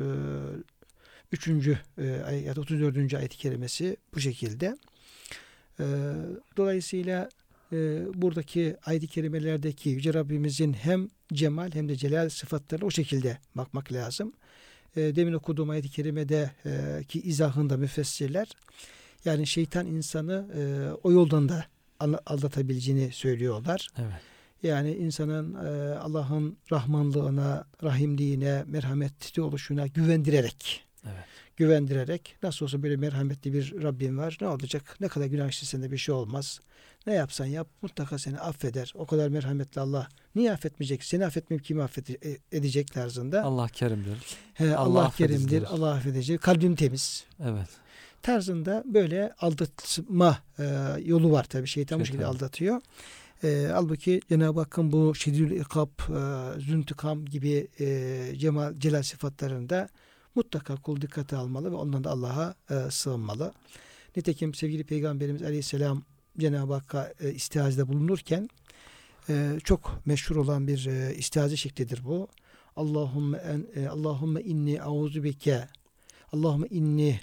ayet 34. ayet-i kerimesi bu şekilde. Dolayısıyla buradaki ayet-i kerimelerdeki Yüce Rabbimizin hem cemal hem de celal sıfatlarına o şekilde bakmak lazım. Demin okuduğum ayet-i kerimede ki izahında müfessirler, yani şeytan insanı o yoldan da aldatabileceğini söylüyorlar. Evet. Yani insanın Allah'ın rahmanlığına, rahimliğine, merhametli oluşuna güvendirerek nasıl olsa böyle merhametli bir Rabbim var. Ne olacak? Ne kadar günah işlesen de bir şey olmaz. Ne yapsan yap mutlaka seni affeder. O kadar merhametli Allah. Niye affetmeyecek? Seni affetmeyip kimi affedecek tarzında. Allah kerimdir. Allah kerimdir. Allah affedecek. Kalbim temiz. Evet. Tarzında böyle aldatma yolu var tabii. Şeytan bu şekilde aldatıyor. Halbuki Cenab-ı Hakk'ın bu şedidül ikab, züntikam gibi celal sıfatlarında mutlaka kul dikkate almalı ve ondan da Allah'a sığınmalı. Nitekim sevgili Peygamberimiz Aleyhisselam Cenab-ı Hakk'a istihazede bulunurken çok meşhur olan bir istihaze şeklidir bu. Allahümme inni auzu bike Allahümme inni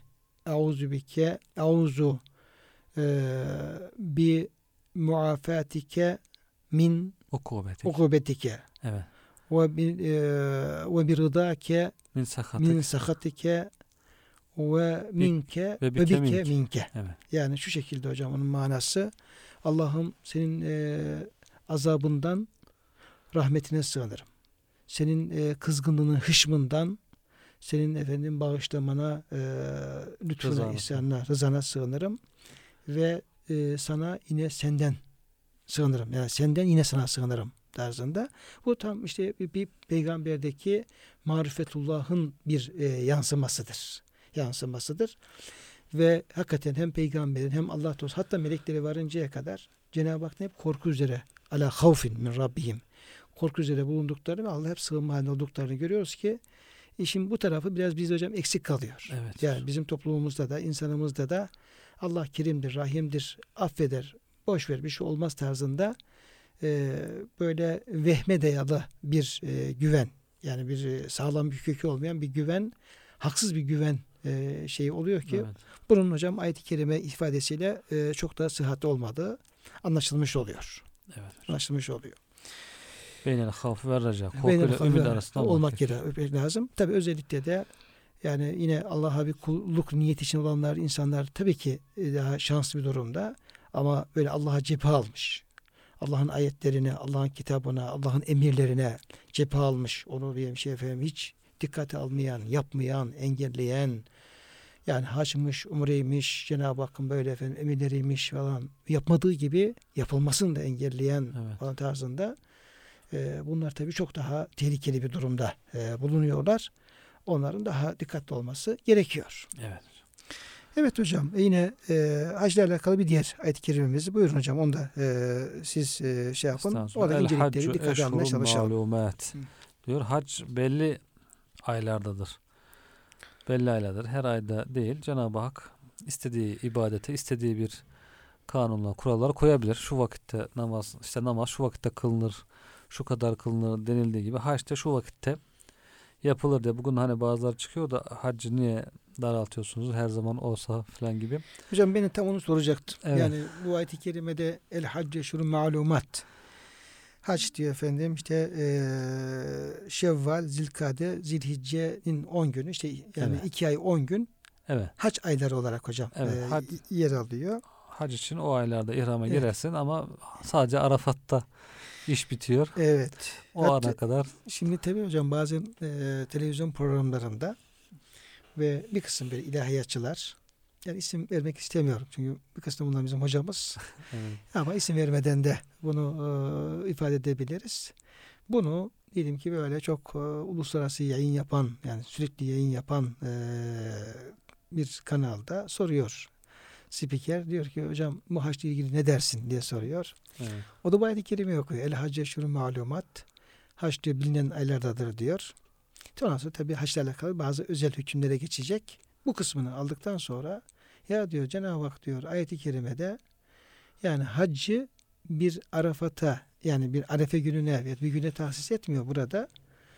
auzu bi muafatike min ukubetike. Evet. Ve bir rıdake min sahatike ve minke ve bike minke. Evet. Yani şu şekilde hocam onun manası, Allah'ım senin azabından rahmetine sığınırım. Senin kızgınlığının hışmından, senin bağışlamana, lütfuna, ihsanına, rızana sığınırım ve sana yine senden sığınırım. Yani senden yine sana sığınırım tarzında. Bu tam işte bir peygamberdeki marifetullah'ın bir yansımasıdır. Ve hakikaten hem peygamberin hem Allah dostu hatta melekleri varıncaya kadar Cenab-ı Hak'tan hep korku üzere ala havfin min rabbihim, korku üzere bulunduklarını ve Allah'a hep sığınma halinde olduklarını görüyoruz ki işin bu tarafı biraz bizde hocam eksik kalıyor. Evet. Yani bizim toplumumuzda da insanımızda da Allah kerimdir, rahimdir, affeder, boş ver bir şey olmaz tarzında böyle vehme dayalı bir güven, yani bir sağlam bir kökü olmayan bir güven, haksız bir güven şeyi oluyor ki bunun hocam ayet-i kerime ifadesiyle çok da sıhhatli olmadığı anlaşılmış oluyor. Evet. Anlaşılmış oluyor. Beynel havf ve raca. Korkuyla ümit arasında olmak lazım. Tabi özellikle de yani yine Allah'a bir kulluk niyeti için olanlar, insanlar tabii ki daha şanslı bir durumda. Ama böyle Allah'a cephe almış, Allah'ın ayetlerine, Allah'ın kitabına, Allah'ın emirlerine cephe almış, onu hiç dikkate almayan, yapmayan, engelleyen, yani haçmış, umreymiş, Cenab-ı Hakk'ın böyle emirleriymiş falan yapmadığı gibi yapılmasını da engelleyen falan tarzında bunlar tabii çok daha tehlikeli bir durumda bulunuyorlar. Onların daha dikkatli olması gerekiyor. Evet. Evet hocam, yine hacla alakalı bir diğer ayet-i kerimemizi buyurun hocam, onu da siz şey yapın. Orada incelikleri dikkate almaya çalışalım. Diyor, hac belli aylardadır. Belli aylardır. Her ayda değil. Cenab-ı Hak istediği ibadete, istediği bir kanunla, kurallar koyabilir. Şu vakitte namaz şu vakitte kılınır, şu kadar kılınır denildiği gibi haçta şu vakitte yapılır diye. Bugün hani bazıları çıkıyor da haccı niye daraltıyorsunuz, her zaman olsa falan gibi. Hocam ben tam onu soracaktım. Evet. Yani bu ayet-i kerimede el hacce şurun ma'lumat, Hac diyor efendim işte Şevval, Zilkade, Zilhicce'nin 10 günü işte yani 2 ay 10 gün hac ayları olarak hocam yer alıyor. Hac için o aylarda ihrama girersin ama sadece Arafat'ta iş bitiyor. Evet. O ana kadar. Şimdi tabii hocam bazen televizyon programlarında ve bir kısım böyle ilahiyatçılar, yani isim vermek istemiyorum çünkü bir kısım bunlar bizim hocamız ama isim vermeden de bunu ifade edebiliriz. Bunu diyelim ki böyle çok uluslararası yayın yapan, yani sürekli yayın yapan bir kanalda soruyor. Spiker diyor ki hocam bu haçla ilgili ne dersin diye soruyor. Evet. O da bu ayet-i kerime okuyor. El hacce şuru malumat. Haç diyor bilinen aylardadır diyor. Ondan sonra tabii haçla alakalı bazı özel hükümlere geçecek. Bu kısmını aldıktan sonra ya diyor Cenab-ı Hak diyor ayet-i kerimede yani haccı bir Arafat'a yani bir Arefe gününe ve bir güne tahsis etmiyor burada.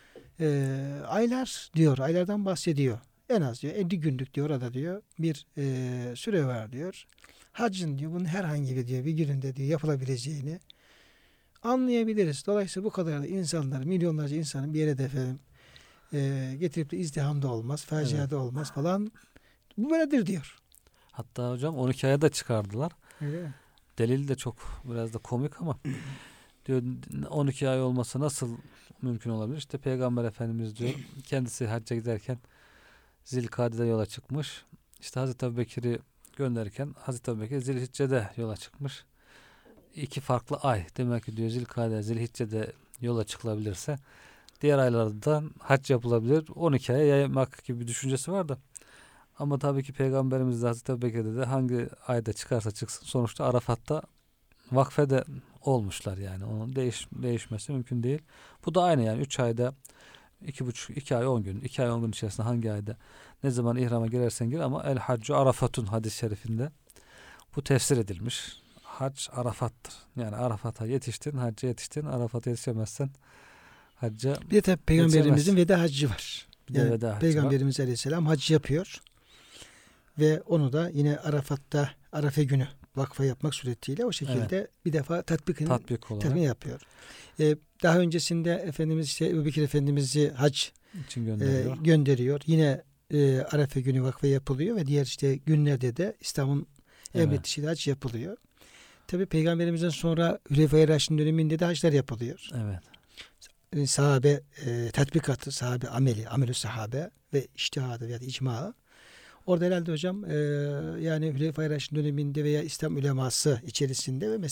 Aylar diyor. Aylardan bahsediyor. En az diyor 50 günlük diyor orada diyor bir süre var diyor. Haccın diyor bunun herhangi bir diyor bir gününde diyor yapılabileceğini anlayabiliriz. Dolayısıyla bu kadar da insanlar, milyonlarca insanın bir yere de efendim getirip de izdihamda olmaz, faciada olmaz falan. Bu böyledir diyor. Hatta hocam 12 aya da çıkardılar. Öyle mi? Delil de çok biraz da komik ama diyor 12 ay olması nasıl mümkün olabilir? İşte Peygamber Efendimiz diyor kendisi hacca giderken Zilkade'de yola çıkmış. İşte Hazreti Ebubekir'i gönderirken Hazreti Ebubekir Zilhicce'de yola çıkmış. 2 farklı ay. Demek ki diyor Zilkade, Zilhicce'de yola çıkılabilirse diğer aylarda hac yapılabilir. 12 aya yaymak gibi bir düşüncesi var da. Ama tabii ki Peygamberimiz de Hazreti Ebubekir'de de hangi ayda çıkarsa çıksın sonuçta Arafat'ta vakfede olmuşlar yani. Onun değişmesi mümkün değil. Bu da aynı yani 3 ayda 2 ay 10 gün. 2 ay 10 gün içerisinde hangi ayda ne zaman ihrama girersen gir ama el haccu Arafat'un hadis-i şerifinde bu tefsir edilmiş. Hac Arafat'tır. Yani Arafat'a yetiştin, hacca yetiştin. Arafat'a yetişemezsen hacca bir de tabii Peygamberimizin veda haccı var. Yani veda haccı Peygamberimiz Aleyhisselam hac yapıyor. Ve onu da yine Arafat'ta Arafe günü vakfa yapmak suretiyle o şekilde bir defa tatbik yapıyor. Daha öncesinde Efendimiz işte Ebubekir Efendimiz'i hac için gönderiyor. Yine Arafe günü vakfa yapılıyor ve diğer işte günlerde de İslam'ın emrettiği hac yapılıyor. Tabi Peygamberimizden sonra Hülefai Raşidin döneminde de haclar yapılıyor. Evet. Sahabe tatbikatı, sahabe amelü sahabe ve içtihadı veya icma. Orada herhalde hocam yani Hülefai Raşidin döneminde veya İslam uleması içerisinde ve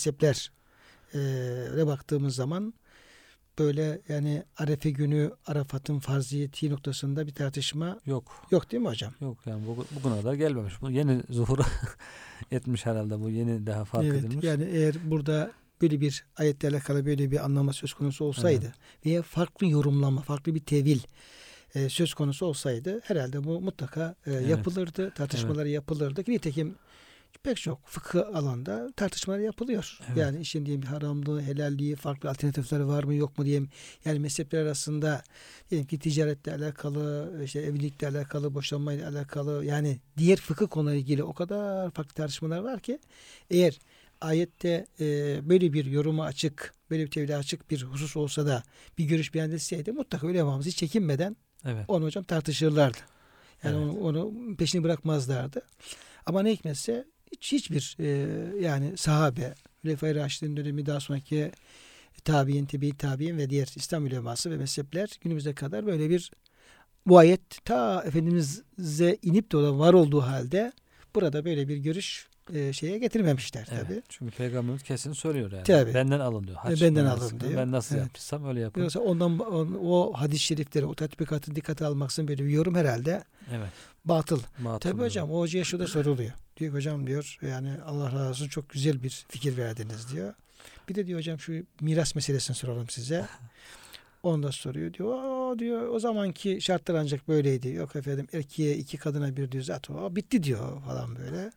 mezheplere baktığımız zaman böyle yani Arefe günü Arafat'ın farziyeti noktasında bir tartışma yok değil mi hocam? Yok yani bugüne kadar gelmemiş. Bu yeni zuhur etmiş herhalde, bu yeni daha fark edilmiş. Yani eğer burada böyle bir ayetle alakalı böyle bir anlama söz konusu olsaydı veya farklı yorumlama, farklı bir tevil söz konusu olsaydı herhalde bu mutlaka yapılırdı, tartışmalar yapılırdı. Nitekim pek çok fıkıh alanda tartışmalar yapılıyor. Evet. Yani işin diyelim haramlığı, helalliği, farklı alternatifleri var mı yok mu diyeyim. Yani mezhepler arasında diyelim ki ticaretle alakalı, işte evlilikle alakalı, boşanmayla alakalı yani diğer fıkıh konularıyla ilgili o kadar farklı tartışmalar var ki eğer ayette böyle bir yoruma açık, böyle bir tevhile açık bir husus olsa da bir görüş beyan etseydi mutlaka ulemamız hiç çekinmeden onu hocam tartışırlardı. Yani onu peşini bırakmazlardı. Ama ne hikmetse hiçbir yani sahabe, Hülefai Raşidin dönemi daha sonraki tabi'in, tabi'in ve diğer İslam uleması ve mezhepler günümüze kadar böyle bir bu ayet ta Efendimiz'e inip de var olduğu halde burada böyle bir görüş şeye getirmemişler tabii. Çünkü Peygamberimiz kesin söylüyor yani. Tabii. Benden alın diyor. Benden alın diyor. Ben nasıl yaptıysam öyle yapın. Yoksa ondan o hadis-i şerifleri, o tatbikatı dikkate almaksın böyle bir yorum herhalde batıl. Tabii hocam o hocaya şu da soruluyor. Diyor hocam diyor yani Allah razı olsun çok güzel bir fikir verdiniz diyor. Bir de diyor hocam şu miras meselesini soralım size. Onu da soruyor diyor o zamanki şartlar ancak böyleydi. Yok efendim erkeğe 2 kadına bir diyor zaten bitti diyor falan böyle.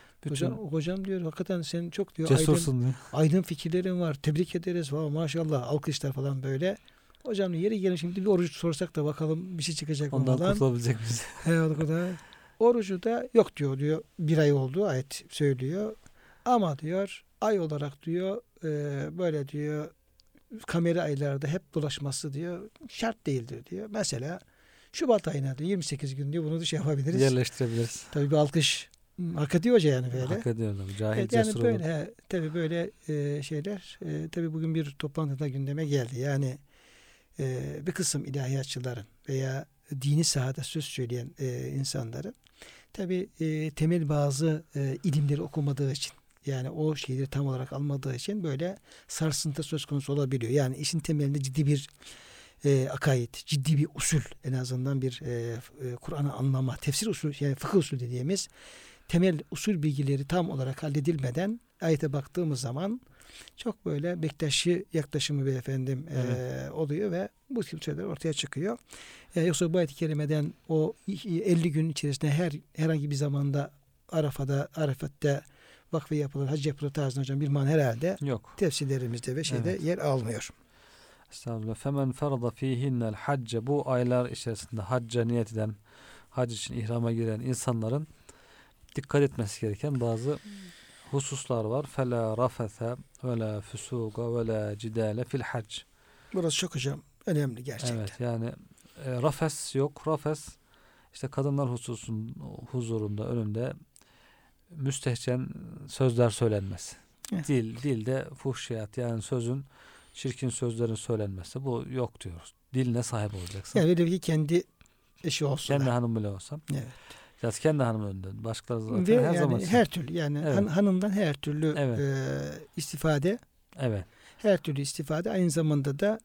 Hocam diyor hakikaten sen çok diyor aydın fikirlerin var. Tebrik ederiz falan maşallah alkışlar falan böyle. Hocam yeri gelin şimdi bir oruç sorsak da bakalım bir şey çıkacak mı falan. Ondan kurtulabilecek miyiz? O kadar. Orucu da yok diyor bir ay oldu ayet söylüyor. Ama diyor ay olarak diyor böyle diyor kamera aylarda hep dolaşması diyor şart değildir diyor. Mesela Şubat ayına diyor 28 gün diyor bunu da şey yapabiliriz. Yerleştirebiliriz. Tabii bir alkış hak ediyor hoca yani böyle. Hak ediyor tabii. Cahil Evet, yani cesur böyle olur. tabii böyle şeyler tabii bugün bir toplantıda gündeme geldi. Yani bir kısım ilahiyatçıların veya dini sahada söz söyleyen insanların tabii temel bazı ilimleri okumadığı için yani o şeyleri tam olarak almadığı için böyle sarsıntı söz konusu olabiliyor. Yani işin temelinde ciddi bir akaid, ciddi bir usul en azından bir Kur'an'ı anlama, tefsir usul yani fıkıh usul dediğimiz temel usul bilgileri tam olarak halledilmeden ayete baktığımız zaman çok böyle Bektaşi yaklaşımı beyefendim oluyor ve bu tip şeyler ortaya çıkıyor. Yoksa bu ayet-i kerimeden o 50 gün içerisinde herhangi bir zamanda Arafat'ta vakfe yapılır, hac yapılır tarzında hocam bir man herhalde yok. Tefsirlerimizde ve şeyde yer almıyor. Estağfurullah. Femen ferada fihinnel hacce, bu aylar içerisinde hacca niyet eden, hac için ihrama giren insanların dikkat etmesi gereken bazı hususlar var. Fela rafese ve la fusuga ve la cidale fil hac. Burası çok hocam önemli gerçekten. Evet, yani rafes yok. Rafes işte kadınlar huzurunda önünde müstehcen sözler söylenmesi. Evet. Dilde fuhşiyat, yani sözün, çirkin sözlerin söylenmesi, bu yok diyoruz. Diline sahip olacaksın. Yani öyle ki kendi eşi olsun. Kendi hanım bile olsam. Evet. Biraz kendi hanım önünde. Başkaları zaten Ve her yani zaman. her türlü yani Evet. hanımdan her türlü Evet. istifade, Evet. her türlü istifade aynı zamanda da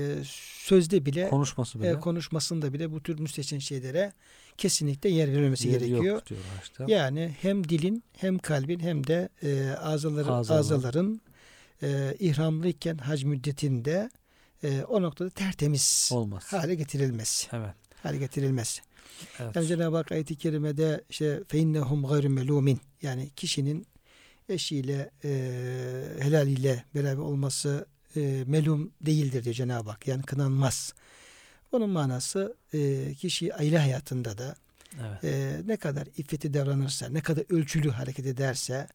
sözde bile Konuşması bile. konuşmasında bile bu tür müstehcen şeylere kesinlikle yer verilmesi Yeri gerekiyor. yok diyor işte. Yani hem dilin hem kalbin hem de azaların ihramlıyken hac müddetinde o noktada tertemiz Olmaz. hale getirilmesi. Evet. Hale getirilmesi. Evet. Yani Cenab-ı Hak ayet-i kerimede işte feinnehum gayru melumin, yani kişinin eşiyle helaliyle beraber olması melum değildir diyor Cenab-ı Hak. Yani kınanmaz. Onun manası kişi aile hayatında da Evet. ne kadar iffetli davranırsa, ne kadar ölçülü hareket ederse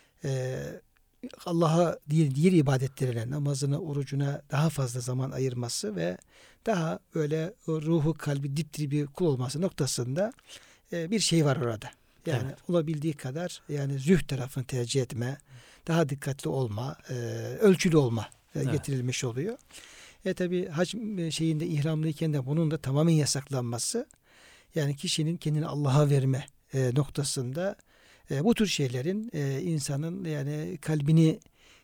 Allah'a diğer ibadetlerine, namazına, orucuna daha fazla zaman ayırması ve daha böyle ruhu, kalbi dipdiri bir kul olması noktasında bir şey var orada. Yani Evet. olabildiği kadar yani zühd tarafını tercih etme, daha dikkatli olma, ölçülü olma getirilmiş oluyor. Tabi hac şeyinde ihramlıyken de bunun da tamamen yasaklanması, yani kişinin kendini Allah'a verme noktasında bu tür şeylerin insanın yani kalbini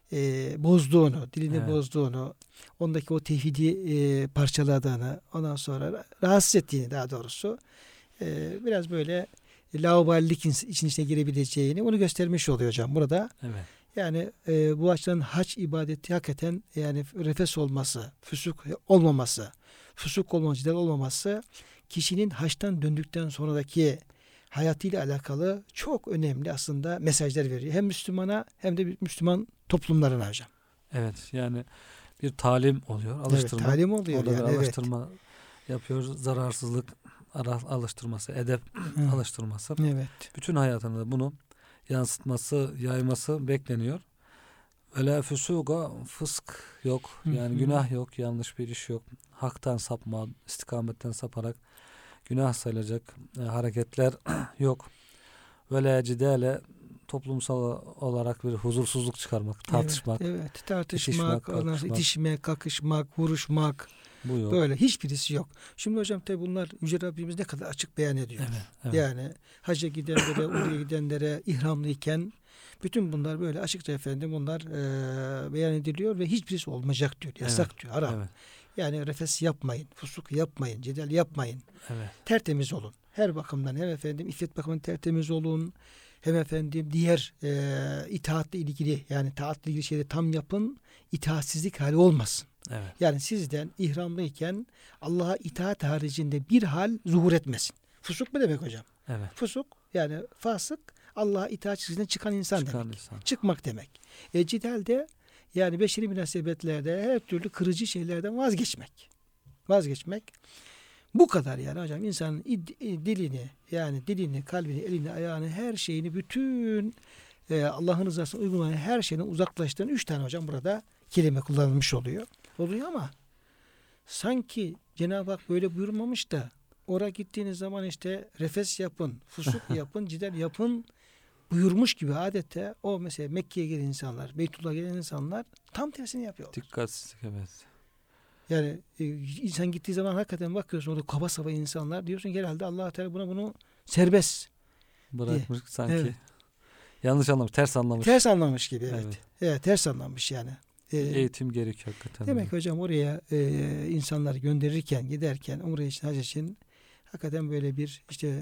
bozduğunu, dilini bozduğunu, ondaki o tevhidi parçaladığını, ondan sonra rahatsız ettiğini, daha doğrusu biraz böyle laubalilik için içine girebileceğini onu göstermiş oluyor hocam burada. Evet. Yani bu açıdan hac ibadeti hakikaten yani refes olması, füsuk olmaması, fusuk olmaması, cidal olmaması kişinin haçtan döndükten sonraki hayatıyla alakalı çok önemli aslında mesajlar veriyor. Hem Müslümana hem de Müslüman toplumlarına hocam. Evet, yani bir talim oluyor, alıştırma. Evet, talim oluyor. Orada yani, bir alıştırma yapıyoruz. Zararsızlık alıştırması, edep alıştırması. Evet. Bütün hayatında bunu yansıtması, yayması bekleniyor. Öyle füsuga, fısk yok. Yani günah yok, yanlış bir iş yok. Haktan sapma, istikametten saparak günah sayılacak hareketler yok. Böyle cidale, toplumsal olarak bir huzursuzluk çıkarmak, tartışmak. Evet, tartışmak, itişmek, kakışmak, vuruşmak. Bu yok. Böyle hiçbirisi yok. Şimdi hocam tabi bunlar Yüce Rabbimiz ne kadar açık beyan ediyor. Evet. Yani hacca gidenlere, oraya gidenlere ihramlıyken bütün bunlar böyle açıkça efendim bunlar beyan ediliyor ve hiçbirisi olmayacak diyor. Yasak diyor. Haram. Evet. Yani refes yapmayın, fusuk yapmayın, cidal yapmayın. Evet. Tertemiz olun. Her bakımdan hem efendim iffet bakımından tertemiz olun. Hem efendim diğer itaatle ilgili yani taatla ilgili şeyleri tam yapın. İtaatsizlik hali olmasın. Evet. Yani sizden ihramlıyken Allah'a itaat haricinde bir hal zuhur etmesin. Fusuk mu demek hocam? Evet. Fusuk yani fasık Allah'a itaat çizgisinden çıkan insan demek. Çıkmak demek. Cidal de yani beşeri münasebetlerde her türlü kırıcı şeylerden vazgeçmek. Bu kadar yani hocam insanın dilini, kalbini, elini, ayağını, her şeyini bütün Allah'ın rızasına uygulayan her şeyden uzaklaştıran 3 tane hocam burada kelime kullanılmış oluyor. oluyor ama sanki Cenab-ı Hak böyle buyurmamış da oraya gittiğiniz zaman işte refes yapın, fusuk yapın, cidal yapın buyurmuş gibi adeta o mesela Mekke'ye gelen insanlar, Beytullah'a gelen insanlar tam tersini yapıyorlar. Dikkatsizlik, evet. Yani insan gittiği zaman hakikaten bakıyorsun orada kaba saba insanlar, diyorsun ki herhalde Allah Teala bunu serbest bırakmış sanki. Evet. Yanlış anlamış, ters anlamış. Ters anlamış gibi, evet. Evet. Evet, ters anlamış yani. Eğitim gerekiyor hakikaten. Demek hocam oraya insanları gönderirken, giderken, umre için, hac için hakikaten böyle bir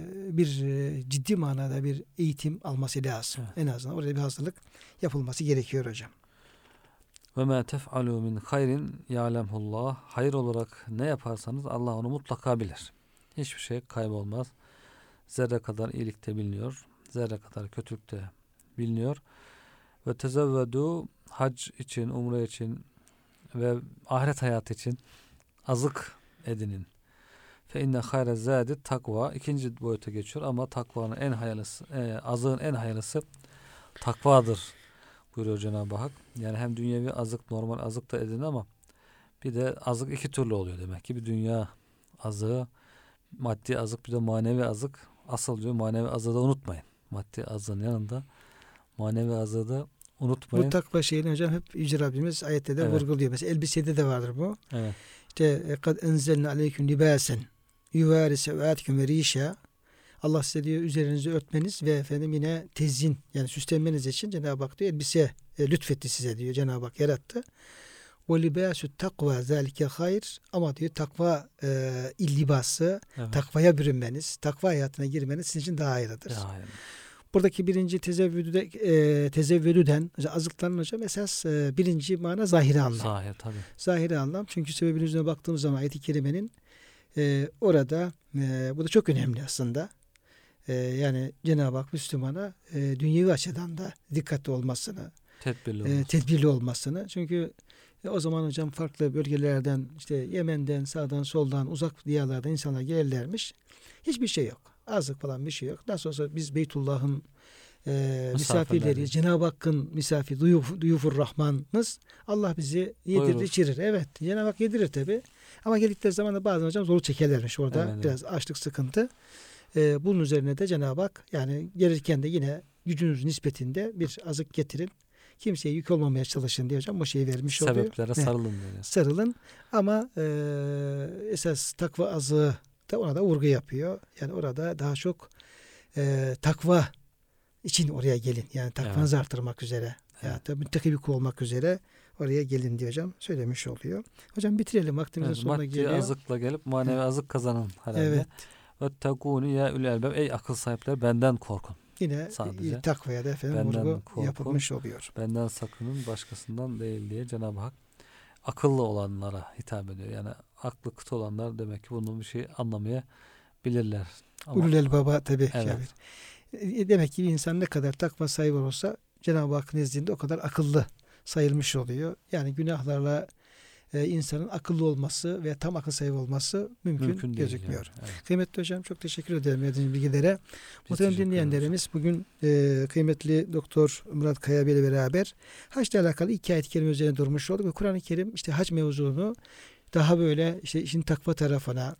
ciddi manada bir eğitim alması lazım. Evet. En azından orada bir hazırlık yapılması gerekiyor hocam. Ve ma tef'alu min hayrin ya'lemullah. Hayır olarak ne yaparsanız Allah onu mutlaka bilir. Hiçbir şey kaybolmaz. Zerre kadar iyilikte biliniyor. Zerre kadar kötülükte biliniyor. Ve tezevvedu, hac için, umre için ve ahiret hayatı için azık edinin. Fe inne hayre zâdi takva. İkinci boyuta geçiyor ama takvanın en hayırlısı, azığın en hayırlısı takvadır buyuruyor Cenab-ı Hak. Yani hem dünyevi azık, normal azık da edin ama bir de azık iki türlü oluyor demek ki. Bir dünya azığı, maddi azık, bir de manevi azık. Asıl diyor manevi azığı da unutmayın. Maddi azığın yanında manevi azığı da unutmayın. Bu takva şeyini hocam hep Yüce Rabbimiz ayette de vurguluyor. Mesela elbisede de vardır bu. Evet. İşte kad enzelne aleyküm libasen yuvari sevâtiküm ve rîşâ. Allah size diyor üzerinizi örtmeniz ve efendim yine tezyin yani süslenmeniz için Cenab-ı Hak diyor elbise lütfetti size diyor. Cenab-ı Hak yarattı. O libâsü takva zâlike hayr, ama diyor takva illibası, takvaya bürünmeniz, takva hayatına girmeniz sizin için daha hayırlıdır. Buradaki birinci tezevvüdüden azıkların hocam esas birinci mana zahiri anlam. Zahir tabii. Zahiri anlam, çünkü sebebin yüzüne baktığımız zaman ayet-i kerimenin orada bu da çok önemli aslında. Yani Cenab-ı Hak Müslümana dünyevi açıdan da dikkatli olmasını, tedbirli olmasını. Çünkü o zaman hocam farklı bölgelerden, işte Yemen'den, sağdan soldan, uzak diyarlardan insanlar gelirlermiş. Hiçbir şey yok. Azlık falan bir şey yok. Nasıl olsa biz Beytullah'ın misafirleri, Cenab-ı Hakk'ın misafir, duyufur Rahman'ız. Allah bizi yedirir, içirir. Evet, Cenab-ı Hak yedirir tabi. Ama geldikleri zaman da bazen hocam zorluk çekerlermiş orada. Biraz açlık, sıkıntı. Bunun üzerine de Cenab-ı Hak yani gelirken de yine gücünüz nispetinde bir azık getirin. Kimseye yük olmamaya çalışın diye hocam bu şeyi vermiş oluyor. Sebeplere sarılın diyor. Sarılın ama esas takva azığı da ona da vurgu yapıyor. Yani orada daha çok takva için oraya gelin. Yani takvanızı artırmak üzere. Ya da müttaki bir kul olmak üzere oraya gelin diye hocam söylemiş oluyor. Hocam bitirelim. Vaktimizin sonuna geliyor. Maddi azıkla gelip manevi azık kazanın herhalde. Evet. Vettekûnü ya ulul albab. Ey akıl sahipleri, benden korkun. Yine sadece takvaya da efendim vurgu yapılmış oluyor. Benden sakının, başkasından değil diye Cenab-ı Hak akıllı olanlara hitap ediyor. Yani aklı kıt olanlar demek ki bunun bir şey anlamayabilirler. Ulul elbaba tabii. Evet. Demek ki bir insan ne kadar takva sahibi olursa Cenab-ı Hak nezdinde o kadar akıllı sayılmış oluyor. Yani günahlarla insanın akıllı olması ve tam akıl sahibi olması mümkün gözükmüyor. Yani. Evet. Kıymetli hocam çok teşekkür ederim verdiğiniz bilgilere. Muhtemelen dinleyenlerimiz bugün kıymetli Doktor Murat Kaya Bey ile beraber haçla alakalı 2 ayet-i kerime üzerine durmuş olduk ve Kur'an-ı Kerim işte hac mevzunu daha böyle işte işin takva tarafına,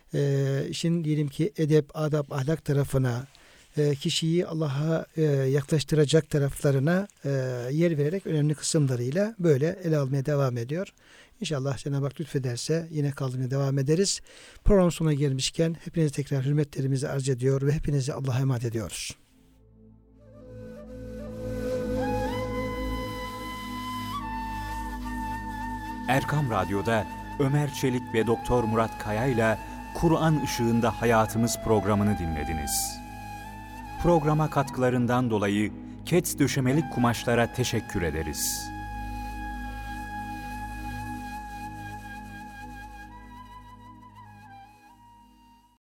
işin diyelim ki edep, adab, ahlak tarafına, kişiyi Allah'a yaklaştıracak taraflarına yer vererek önemli kısımlarıyla böyle ele almaya devam ediyor. İnşallah Cenab-ı Hak lütfederse yine kaldırmaya devam ederiz. Program sonuna gelmişken hepinize tekrar hürmetlerimizi arz ediyor ve hepinizi Allah'a emanet ediyoruz. Erkam Radyo'da Ömer Çelik ve Doktor Murat Kaya ile Kur'an Işığında Hayatımız programını dinlediniz. Programa katkılarından dolayı Kets Döşemelik Kumaşlara teşekkür ederiz.